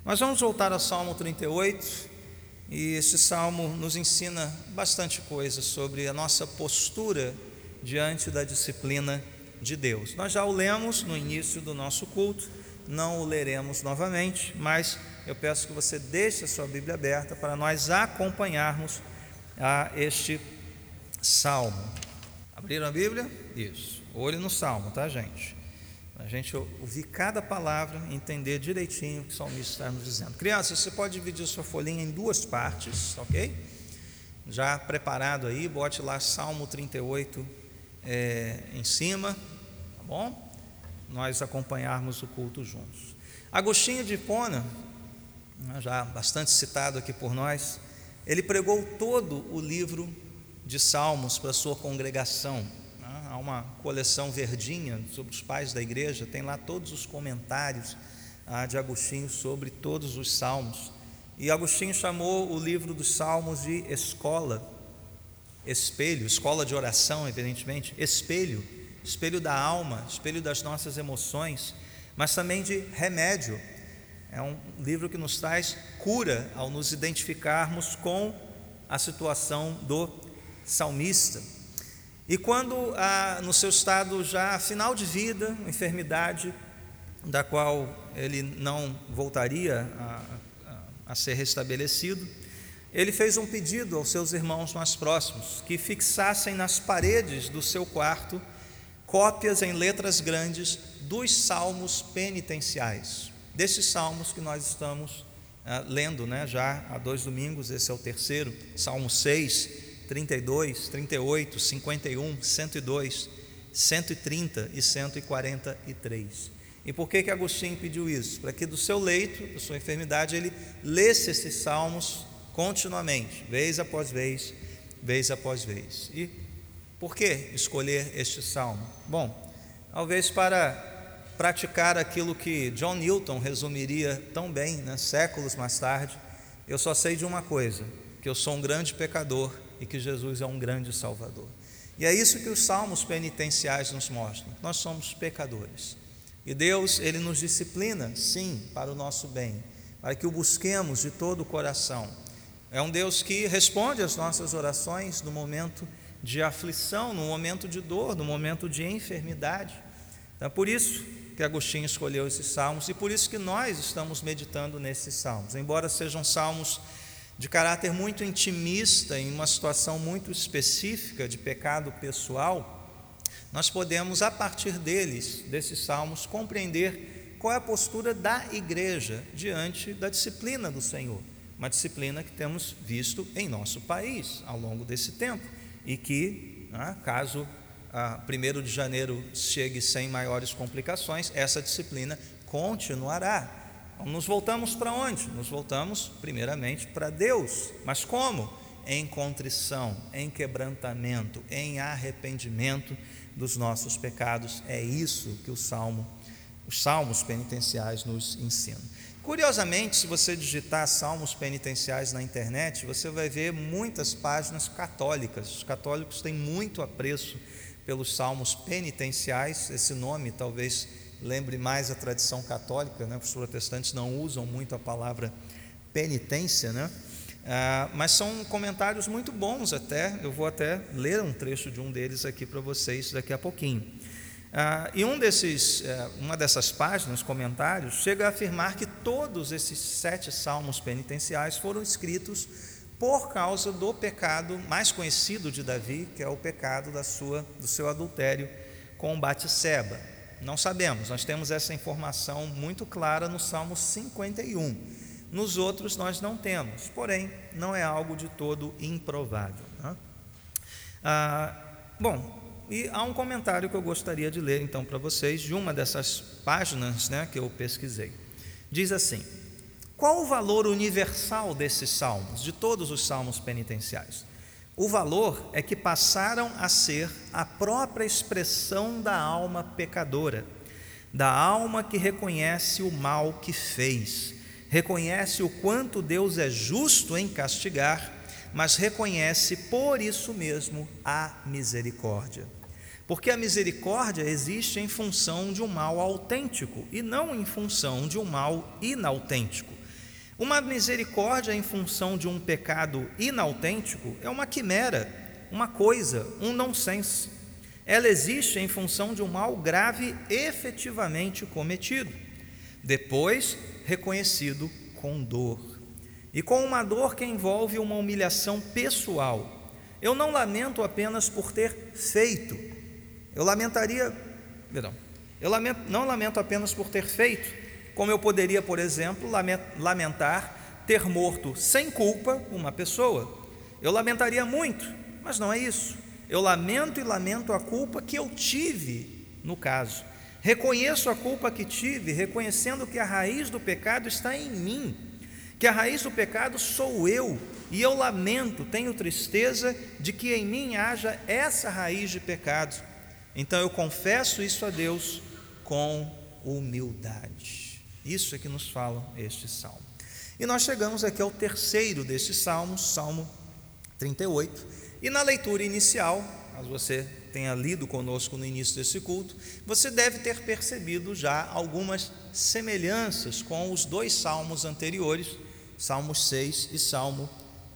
Mas vamos voltar ao Salmo 38, e este salmo nos ensina bastante coisa sobre a nossa postura diante da disciplina de Deus. Nós já o lemos no início do nosso culto, não o leremos novamente, mas eu peço que você deixe a sua Bíblia aberta para nós acompanharmos a este salmo. Abriram a Bíblia? Isso. Olho no salmo, tá, gente? A gente ouvir cada palavra e entender direitinho o que o salmista está nos dizendo. Crianças, você pode dividir sua folhinha em duas partes, ok? Já preparado aí, bote lá Salmo 38 em cima, tá bom? Nós acompanharmos o culto juntos. Agostinho de Hipona, já bastante citado aqui por nós, ele pregou todo o livro de Salmos para a sua congregação. Há uma coleção verdinha sobre os pais da igreja, tem lá todos os comentários de Agostinho sobre todos os salmos. E Agostinho chamou o livro dos Salmos de escola, espelho, escola de oração, evidentemente, espelho da alma, espelho das nossas emoções, mas também de remédio. É um livro que nos traz cura ao nos identificarmos com a situação do salmista. E quando no seu estado já final de vida, enfermidade da qual ele não voltaria a ser restabelecido, ele fez um pedido aos seus irmãos mais próximos que fixassem nas paredes do seu quarto cópias em letras grandes dos salmos penitenciais, desses salmos que nós estamos lendo, já há 2 domingos. Esse é o terceiro, Salmo 6, 32, 38, 51, 102, 130 e 143. E por que Agostinho pediu isso? Para que do seu leito, da sua enfermidade, ele lesse esses salmos continuamente, vez após vez, vez após vez. E por que escolher este salmo? Bom, talvez para praticar aquilo que John Newton resumiria tão bem, séculos mais tarde: eu só sei de uma coisa, que eu sou um grande pecador e que Jesus é um grande Salvador. E é isso que os salmos penitenciais nos mostram. Nós somos pecadores e Deus, Ele nos disciplina, sim, para o nosso bem, para que o busquemos de todo o coração. É um Deus que responde às nossas orações no momento de aflição, no momento de dor, no momento de enfermidade. Então é por isso que Agostinho escolheu esses salmos e por isso que nós estamos meditando nesses salmos. Embora sejam salmos de caráter muito intimista, em uma situação muito específica de pecado pessoal, nós podemos, a partir desses salmos, compreender qual é a postura da igreja diante da disciplina do Senhor, uma disciplina que temos visto em nosso país ao longo desse tempo e que, caso 1º de janeiro chegue sem maiores complicações, essa disciplina continuará. Nos voltamos para onde? Nos voltamos primeiramente para Deus. Mas como? Em contrição, em quebrantamento, em arrependimento dos nossos pecados. É isso que os salmos penitenciais nos ensinam. Curiosamente, se você digitar salmos penitenciais na internet, você vai ver muitas páginas católicas. Os católicos têm muito apreço pelos salmos penitenciais. Esse nome talvez lembre mais a tradição católica, Os protestantes não usam muito a palavra penitência, mas são comentários muito bons até. Eu vou até ler um trecho de um deles aqui para vocês daqui a pouquinho. E uma dessas páginas, comentários, chega a afirmar que todos esses 7 salmos penitenciais foram escritos por causa do pecado mais conhecido de Davi, que é o pecado do seu adultério com Batseba. Não sabemos, nós temos essa informação muito clara no Salmo 51. Nos outros nós não temos, porém não é algo de todo improvável. Bom, e há um comentário que eu gostaria de ler então para vocês, de uma dessas páginas que eu pesquisei. Diz assim: qual o valor universal desses salmos, de todos os salmos penitenciais? O valor é que passaram a ser a própria expressão da alma pecadora, da alma que reconhece o mal que fez, reconhece o quanto Deus é justo em castigar, mas reconhece por isso mesmo a misericórdia. Porque a misericórdia existe em função de um mal autêntico e não em função de um mal inautêntico. Uma misericórdia em função de um pecado inautêntico é uma quimera, uma coisa, um nonsense. Ela existe em função de um mal grave efetivamente cometido, depois reconhecido com dor, e com uma dor que envolve uma humilhação pessoal. Eu não lamento apenas por ter feito, não lamento apenas por ter feito, como eu poderia, por exemplo, lamentar ter morto sem culpa uma pessoa. Eu lamentaria muito, mas não é isso. Eu lamento a culpa que eu tive no caso. Reconheço a culpa que tive, reconhecendo que a raiz do pecado está em mim, que a raiz do pecado sou eu, e eu lamento, tenho tristeza de que em mim haja essa raiz de pecado. Então eu confesso isso a Deus com humildade. Isso é que nos fala este salmo. E nós chegamos aqui ao terceiro destes salmos, Salmo 38, e na leitura inicial, caso você tenha lido conosco no início desse culto, você deve ter percebido já algumas semelhanças com os dois salmos anteriores, Salmo 6 e Salmo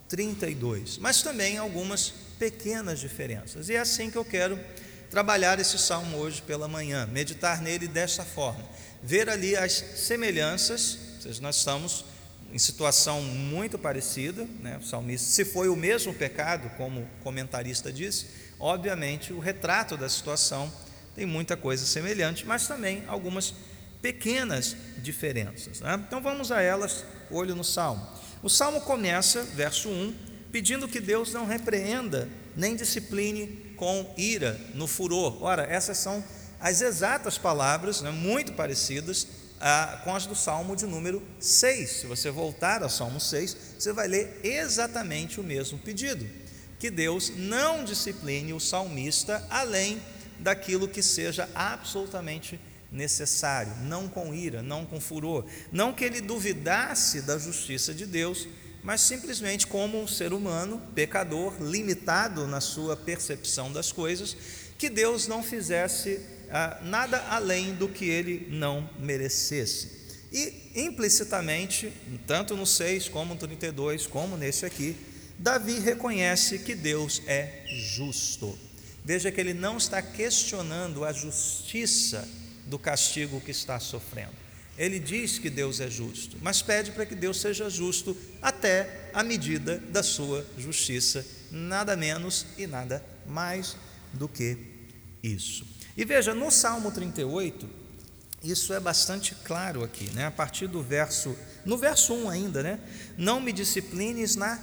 32, mas também algumas pequenas diferenças. E é assim que eu quero trabalhar esse salmo hoje pela manhã, meditar nele desta forma, ver ali as semelhanças. Nós estamos em situação muito parecida, né? O salmista, se foi o mesmo pecado, como o comentarista disse, obviamente o retrato da situação tem muita coisa semelhante, mas também algumas pequenas diferenças, né? Então vamos a elas, olho no salmo. O salmo começa, verso 1, pedindo que Deus não repreenda nem discipline com ira no furor. Ora, essas são as exatas palavras, né, muito parecidas com as do Salmo de número 6. Se você voltar ao Salmo 6, você vai ler exatamente o mesmo pedido, que Deus não discipline o salmista além daquilo que seja absolutamente necessário, não com ira, não com furor, não que ele duvidasse da justiça de Deus, mas simplesmente como um ser humano, pecador, limitado na sua percepção das coisas, que Deus não fizesse nada além do que ele não merecesse. E implicitamente, tanto no 6 como no 32, como nesse aqui, Davi reconhece que Deus é justo. Veja que ele não está questionando a justiça do castigo que está sofrendo. Ele diz que Deus é justo, mas pede para que Deus seja justo até a medida da sua justiça, nada menos e nada mais do que isso. E veja, no Salmo 38, isso é bastante claro aqui, né? A partir do no verso 1 ainda, né? Não me disciplines na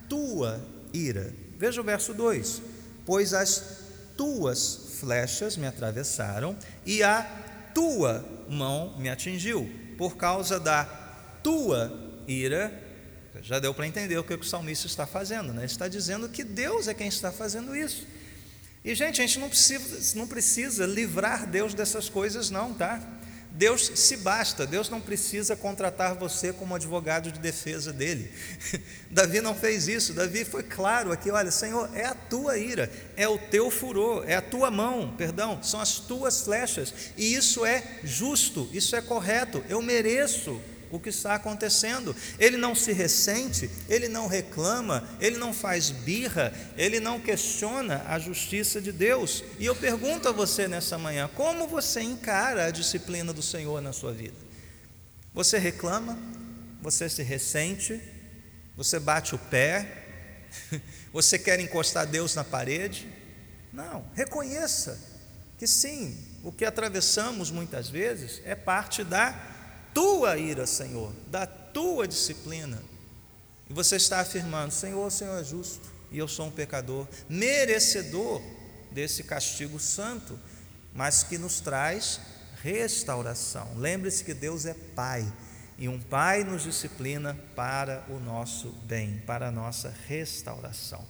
tua ira. Veja o verso 2: pois as tuas flechas me atravessaram e a tua mão me atingiu, por causa da tua ira. Já deu para entender o que o salmista está fazendo, né? Ele está dizendo que Deus é quem está fazendo isso. E gente, a gente não precisa livrar Deus dessas coisas não, tá? Deus se basta, Deus não precisa contratar você como advogado de defesa dele. Davi não fez isso. Davi foi claro aqui: olha, Senhor, é a tua ira, é o teu furor, é a tua mão, perdão, são as tuas flechas, e isso é justo, isso é correto, eu mereço o que está acontecendo. Ele não se ressente, ele não reclama, ele não faz birra, ele não questiona a justiça de Deus. E eu pergunto a você nessa manhã: como você encara a disciplina do Senhor na sua vida? Você reclama? Você se ressente? Você bate o pé? Você quer encostar Deus na parede? Não, reconheça que sim, o que atravessamos muitas vezes é parte da tua ira, Senhor, da tua disciplina. E você está afirmando: Senhor, o Senhor é justo e eu sou um pecador, merecedor desse castigo santo, mas que nos traz restauração. Lembre-se que Deus é Pai, e um Pai nos disciplina para o nosso bem, para a nossa restauração.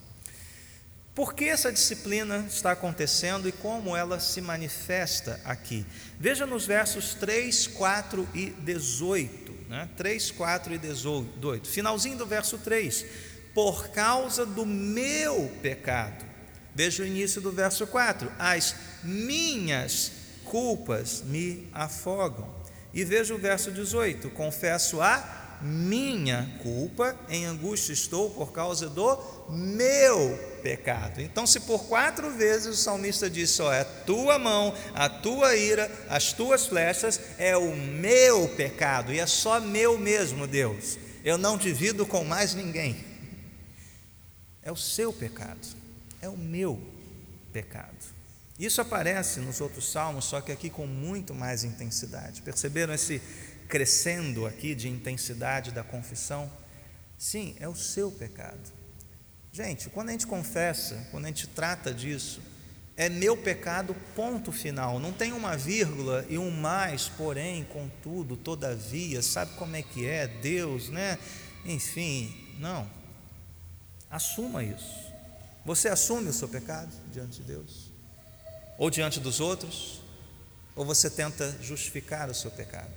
Por que essa disciplina está acontecendo e como ela se manifesta aqui? Veja nos versos 3, 4 e 18, né? 3, 4 e 18, finalzinho do verso 3: por causa do meu pecado. Veja o início do verso 4: as minhas culpas me afogam. E veja o verso 18: confesso a minha culpa, em angústia estou por causa do meu pecado. Então, se por 4 vezes o salmista disse: ó, é a tua mão, a tua ira, as tuas flechas, é o meu pecado, e é só meu mesmo, Deus, eu não divido com mais ninguém. É o seu pecado, é o meu pecado. Isso aparece nos outros salmos, só que aqui com muito mais intensidade. Perceberam esse crescendo aqui de intensidade da confissão? Sim, é o seu pecado. Gente, quando a gente confessa, quando a gente trata disso, é meu pecado, ponto final. Não tem uma vírgula e um mais, porém, contudo, todavia, sabe como é que é, Deus, né? Enfim, não. Assuma isso. Você assume o seu pecado diante de Deus? Ou diante dos outros? Ou você tenta justificar o seu pecado?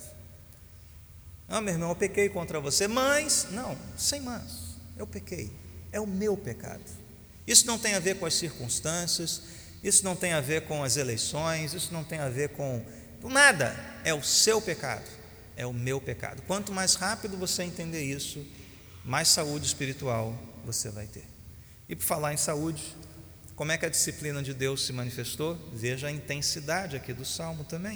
Não, meu irmão, eu pequei contra você, mas, não, sem mas, eu pequei, é o meu pecado. Isso não tem a ver com as circunstâncias, isso não tem a ver com as eleições, isso não tem a ver com nada, é o seu pecado, é o meu pecado. Quanto mais rápido você entender isso, mais saúde espiritual você vai ter. E por falar em saúde, como é que a disciplina de Deus se manifestou? Veja a intensidade aqui do Salmo também.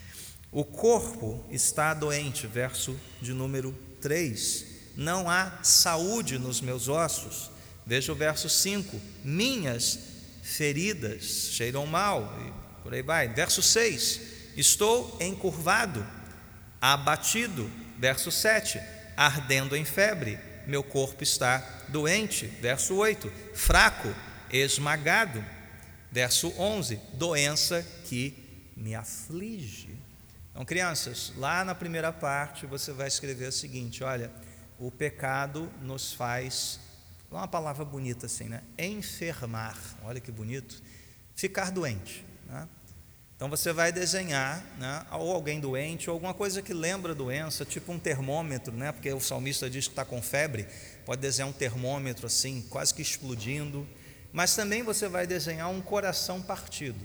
O corpo está doente, verso de número 3. Não há saúde nos meus ossos. Veja o verso 5. Minhas feridas cheiram mal, e por aí vai. Verso 6. Estou encurvado, abatido. Verso 7. Ardendo em febre, meu corpo está doente. Verso 8. Fraco, esmagado. Verso 11, doença que me aflige. Então, crianças, lá na primeira parte você vai escrever o seguinte: olha, o pecado nos faz, uma palavra bonita assim, né? Enfermar, olha que bonito, ficar doente, né? Então você vai desenhar, né, ou alguém doente, ou alguma coisa que lembra doença, tipo um termômetro, né? Porque o salmista diz que está com febre, pode desenhar um termômetro assim, quase que explodindo. Mas também você vai desenhar um coração partido,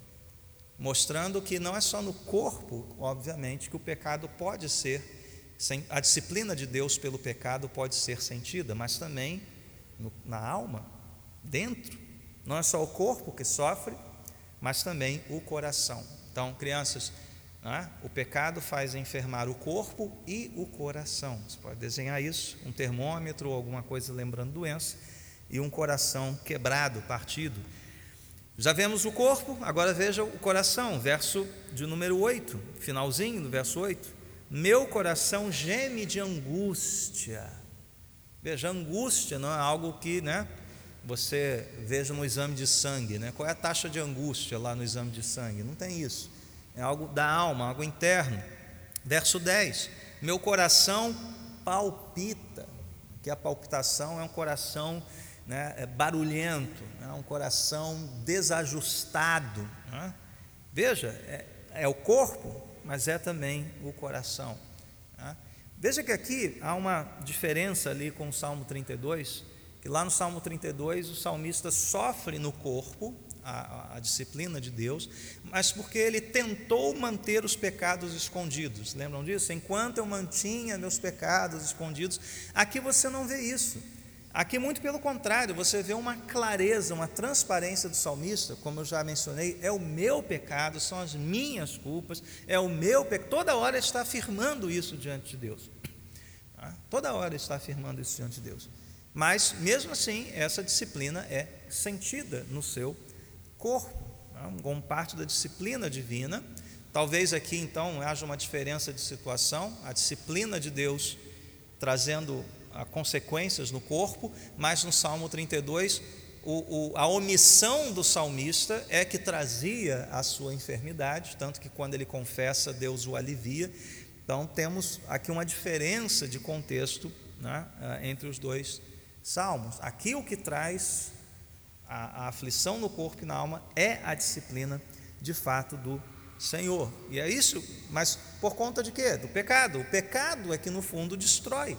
mostrando que não é só no corpo, obviamente, que o pecado pode ser, a disciplina de Deus pelo pecado pode ser sentida, mas também na alma, dentro. Não é só o corpo que sofre, mas também o coração. Então, crianças, né, o pecado faz enfermar o corpo e o coração. Você pode desenhar isso, um termômetro ou alguma coisa lembrando doença, e um coração quebrado, partido. Já vemos o corpo, agora veja o coração, verso de número 8, finalzinho do verso 8. Meu coração geme de angústia. Veja, angústia não é algo que, né, você veja no exame de sangue, né? Qual é a taxa de angústia lá no exame de sangue? Não tem isso, é algo da alma, algo interno. Verso 10, meu coração palpita, que a palpitação é um coração, né, é barulhento, é um coração desajustado, né? Veja, é o corpo, mas é também o coração, né? Veja que aqui há uma diferença ali com o Salmo 32, que lá no Salmo 32 o salmista sofre no corpo a disciplina de Deus, mas porque ele tentou manter os pecados escondidos. Lembram disso? Enquanto eu mantinha meus pecados escondidos. Aqui você não vê isso. Aqui, muito pelo contrário, você vê uma clareza, uma transparência do salmista. Como eu já mencionei, é o meu pecado, são as minhas culpas, é o meu pecado. Toda hora ele está afirmando isso diante de Deus, toda hora ele está afirmando isso diante de Deus. Mas mesmo assim, essa disciplina é sentida no seu corpo, como parte da disciplina divina. Talvez aqui então haja uma diferença de situação, a disciplina de Deus trazendo consequências no corpo, mas no Salmo 32, a omissão do salmista é que trazia a sua enfermidade, tanto que quando ele confessa, Deus o alivia. Então temos aqui uma diferença de contexto, né, entre os dois salmos. Aqui o que traz a aflição no corpo e na alma é a disciplina de fato do Senhor. E é isso, mas por conta de quê? Do pecado. O pecado é que no fundo destrói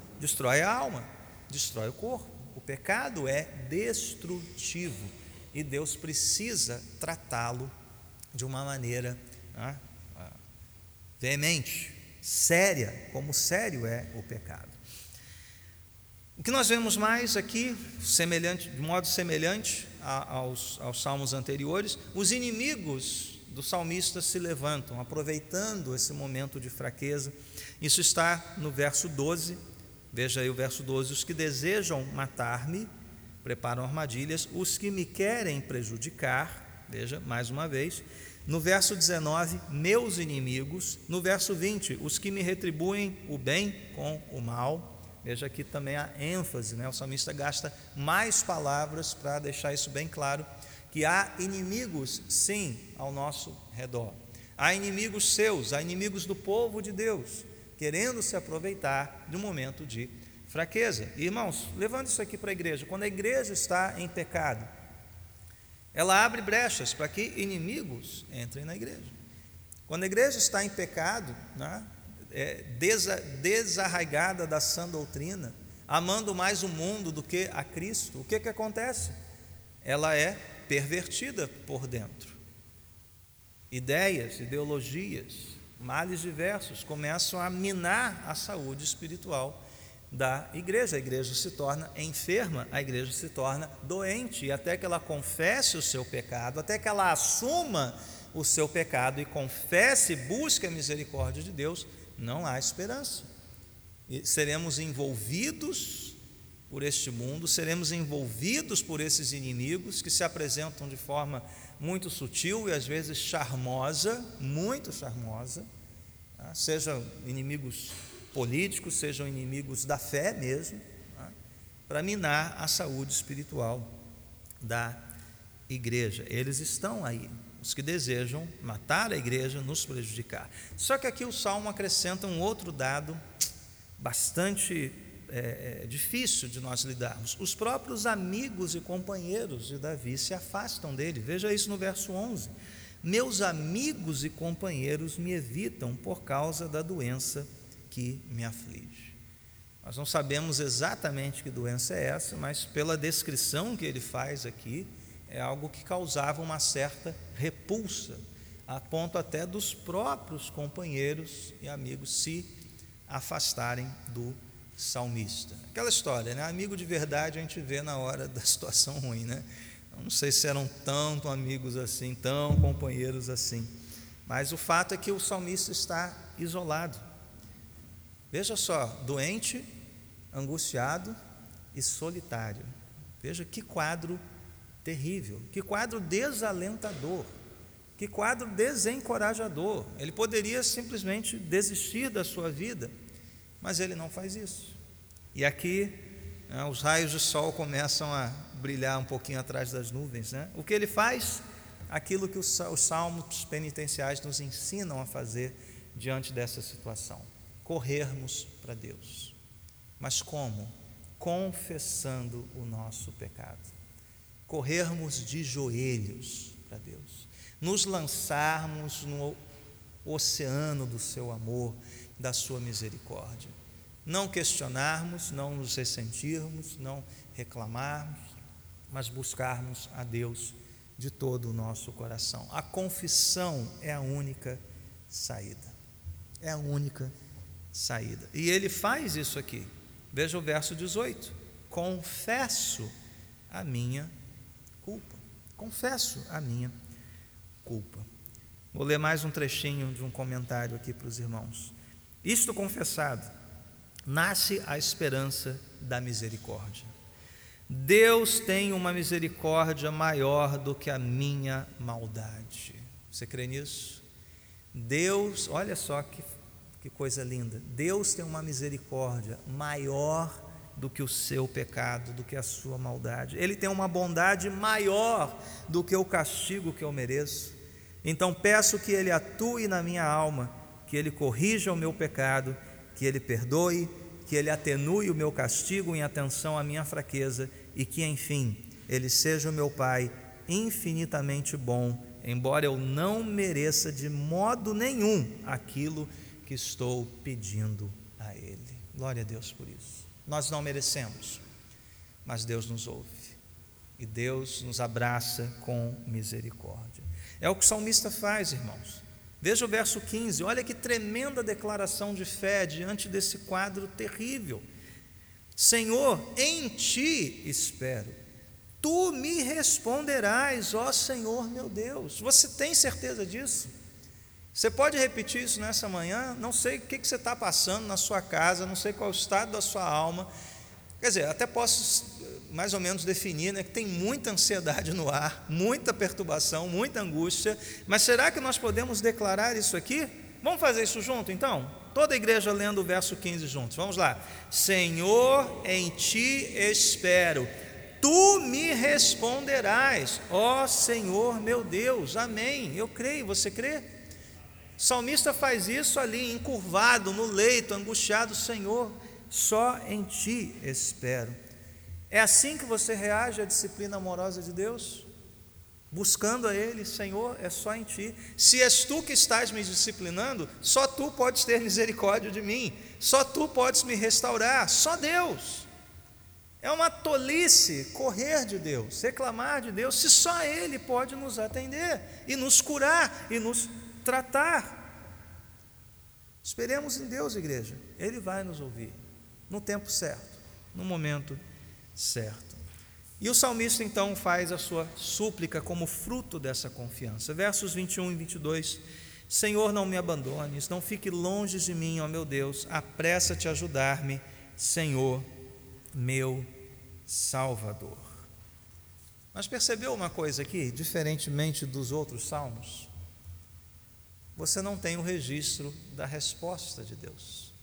a alma, destrói o corpo. O pecado é destrutivo e Deus precisa tratá-lo de uma maneira, né, veemente. séria, como sério é o pecado. O que nós vemos mais aqui, de modo semelhante aos salmos anteriores, os inimigos do salmista se levantam, aproveitando esse momento de fraqueza. Isso está no verso 12, veja aí o verso 12: os que desejam matar-me preparam armadilhas, os que me querem prejudicar, veja, mais uma vez. No verso 19, meus inimigos. No verso 20, os que me retribuem o bem com o mal. Veja aqui também a ênfase, né? O salmista gasta mais palavras para deixar isso bem claro, que há inimigos, sim, ao nosso redor. Há inimigos seus, há inimigos do povo de Deus, querendo se aproveitar de um momento de fraqueza. E, irmãos, levando isso aqui para a igreja, quando a igreja está em pecado, ela abre brechas para que inimigos entrem na igreja. Quando a igreja está em pecado, né, desarraigada da sã doutrina, amando mais o mundo do que a Cristo, o que acontece? Ela é pervertida por dentro. Ideias, ideologias, males diversos começam a minar a saúde espiritual da igreja. A igreja se torna enferma, a igreja se torna doente, e até que ela confesse o seu pecado, até que ela assuma o seu pecado e confesse, busque a misericórdia de Deus, não há esperança. E seremos envolvidos por este mundo, seremos envolvidos por esses inimigos que se apresentam de forma muito sutil e às vezes charmosa, muito charmosa, tá? Sejam inimigos políticos, sejam inimigos da fé mesmo, tá? Para minar a saúde espiritual da igreja. Eles estão aí, os que desejam matar a igreja, nos prejudicar. Só que aqui o Salmo acrescenta um outro dado bastante difícil de nós lidarmos. Os próprios amigos e companheiros de Davi se afastam dele. Veja isso no verso 11: meus amigos e companheiros me evitam por causa da doença que me aflige. Nós não sabemos exatamente que doença é essa, mas pela descrição que ele faz aqui, é algo que causava uma certa repulsa, a ponto até dos próprios companheiros e amigos se afastarem do salmista. Aquela história, né? Amigo de verdade a gente vê na hora da situação ruim, né? Eu não sei se eram tanto amigos assim, tão companheiros assim, mas o fato é que o salmista está isolado. Veja só, doente, angustiado e solitário. Veja que quadro terrível, que quadro desalentador, que quadro desencorajador. Ele poderia simplesmente desistir da sua vida, mas ele não faz isso. E aqui, né, os raios de sol começam a brilhar um pouquinho atrás das nuvens, né? O que ele faz? Aquilo que os salmos penitenciais nos ensinam a fazer diante dessa situação: corrermos para Deus. Mas como? Confessando o nosso pecado. Corrermos de joelhos para Deus, nos lançarmos no oceano do seu amor, da sua misericórdia, não questionarmos, não nos ressentirmos, não reclamarmos, mas buscarmos a Deus de todo o nosso coração. A confissão é a única saída, é a única saída, e ele faz isso aqui. Veja o verso 18: confesso a minha culpa. Confesso a minha culpa. Vou ler mais um trechinho de um comentário aqui para os irmãos. Isto confessado, nasce a esperança da misericórdia. Deus tem uma misericórdia maior do que a minha maldade. Você crê nisso? Deus, olha só que coisa linda. Deus tem uma misericórdia maior do que o seu pecado, do que a sua maldade. Ele tem uma bondade maior do que o castigo que eu mereço. Então peço que Ele atue na minha alma, que Ele corrija o meu pecado, que Ele perdoe, que Ele atenue o meu castigo em atenção à minha fraqueza, e que, enfim, Ele seja o meu Pai infinitamente bom, embora eu não mereça de modo nenhum aquilo que estou pedindo a Ele. Glória a Deus por isso. Nós não merecemos, mas Deus nos ouve, e Deus nos abraça com misericórdia. É o que o salmista faz, irmãos. Veja o verso 15, olha que tremenda declaração de fé diante desse quadro terrível. Senhor, em ti espero, tu me responderás, ó Senhor meu Deus. Você tem certeza disso? Você pode repetir isso nessa manhã? Não sei o que você está passando na sua casa, não sei qual é o estado da sua alma. Quer dizer, até posso mais ou menos definir, que tem muita ansiedade no ar, muita perturbação, muita angústia, mas será que nós podemos declarar isso aqui? Vamos fazer isso junto então? Toda a igreja lendo o verso 15 juntos, vamos lá. Senhor, em ti espero, tu me responderás, ó Senhor meu Deus, amém, eu creio, você crê? O salmista faz isso ali, encurvado no leito, angustiado, Senhor, só em ti espero. É assim que você reage à disciplina amorosa de Deus? Buscando a Ele, Senhor, é só em Ti. Se és Tu que estás me disciplinando, só Tu podes ter misericórdia de mim, só Tu podes me restaurar, só Deus. É uma tolice correr de Deus, reclamar de Deus, se só Ele pode nos atender, e nos curar, e nos tratar. Esperemos em Deus, igreja, Ele vai nos ouvir, no tempo certo, no momento certo. E o salmista então faz a sua súplica como fruto dessa confiança. Versos 21 e 22: Senhor, não me abandones, não fique longe de mim, ó meu Deus, apressa-te a ajudar-me, Senhor, meu Salvador. Mas percebeu uma coisa aqui, diferentemente dos outros salmos? Você não tem o registro da resposta de Deus.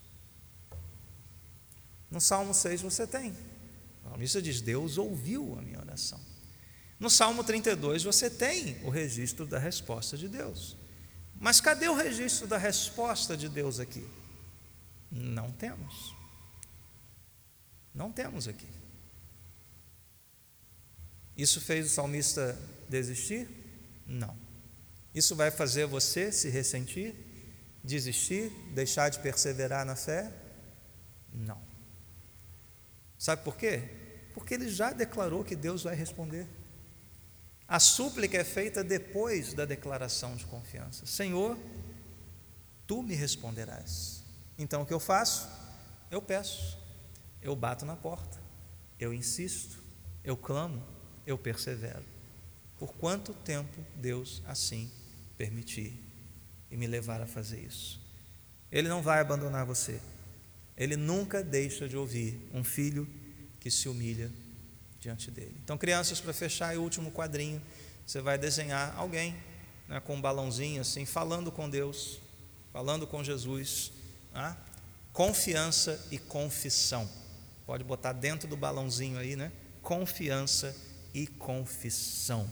No Salmo 6 você tem. O salmista diz: Deus ouviu a minha oração. No Salmo 32 você tem o registro da resposta de Deus. Mas cadê o registro da resposta de Deus aqui? Não temos. Não temos aqui. Isso fez o salmista desistir? Não. Isso vai fazer você se ressentir, desistir, deixar de perseverar na fé? Não. Sabe por quê? Porque ele já declarou que Deus vai responder. A súplica é feita depois da declaração de confiança. Senhor, tu me responderás. Então o que eu faço? Eu peço, eu bato na porta, eu insisto, eu clamo, eu persevero. Por quanto tempo Deus assim permitir e me levar a fazer isso? Ele não vai abandonar você. Ele nunca deixa de ouvir um filho que se humilha diante dele. Então, crianças, para fechar o último quadrinho, você vai desenhar alguém, com um balãozinho assim, falando com Deus, falando com Jesus, confiança e confissão. Pode botar dentro do balãozinho aí, confiança e confissão.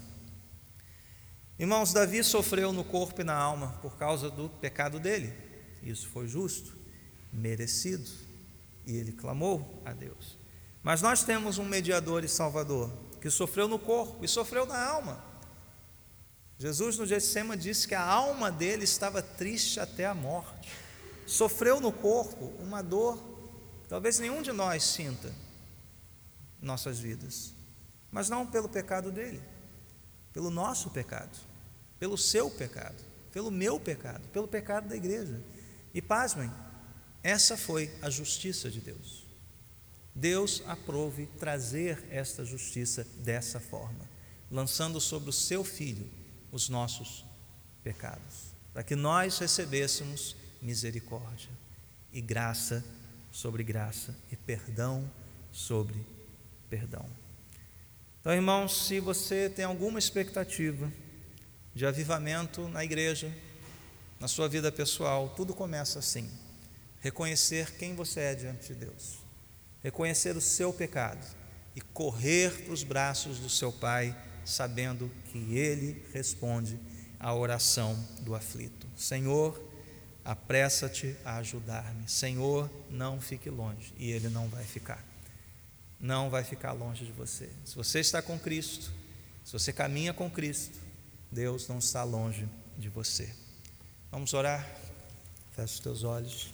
Irmãos, Davi sofreu no corpo e na alma por causa do pecado dele. Isso foi justo, merecido, e ele clamou a Deus. Mas nós temos um mediador e salvador que sofreu no corpo e sofreu na alma. Jesus no Getsêmani disse que a alma dele estava triste até a morte. Sofreu no corpo uma dor que talvez nenhum de nós sinta em nossas vidas, mas não pelo pecado dele, pelo nosso pecado, pelo seu pecado, pelo meu pecado, pelo pecado da igreja. E pasmem, essa foi a justiça de Deus. Deus aprove trazer esta justiça dessa forma, lançando sobre o seu Filho os nossos pecados, para que nós recebêssemos misericórdia e graça sobre graça e perdão sobre perdão. Então, irmãos, se você tem alguma expectativa de avivamento na igreja, na sua vida pessoal, tudo começa assim: reconhecer quem você é diante de Deus, reconhecer o seu pecado e correr para os braços do seu Pai, sabendo que Ele responde à oração do aflito. Senhor, apressa-te a ajudar-me. Senhor, não fique longe. E Ele não vai ficar. Não vai ficar longe de você. Se você está com Cristo, se você caminha com Cristo, Deus não está longe de você. Vamos orar? Feche os teus olhos.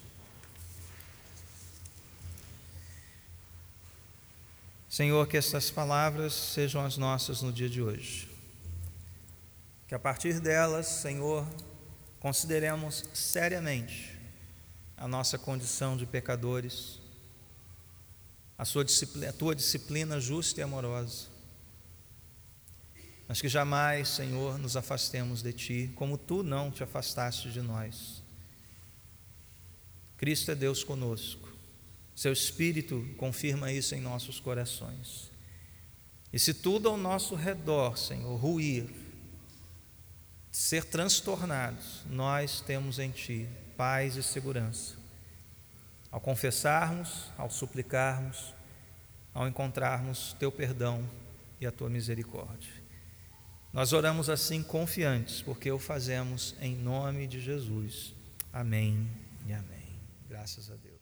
Senhor, que estas palavras sejam as nossas no dia de hoje. Que a partir delas, Senhor, consideremos seriamente a nossa condição de pecadores, a tua disciplina justa e amorosa, mas que jamais, Senhor, nos afastemos de Ti, como Tu não te afastaste de nós. Cristo é Deus conosco, Seu Espírito confirma isso em nossos corações. E se tudo ao nosso redor, Senhor, ruir, ser transtornados, nós temos em Ti paz e segurança, ao confessarmos, ao suplicarmos, ao encontrarmos Teu perdão e a Tua misericórdia. Nós oramos assim confiantes, porque o fazemos em nome de Jesus. Amém e amém. Graças a Deus.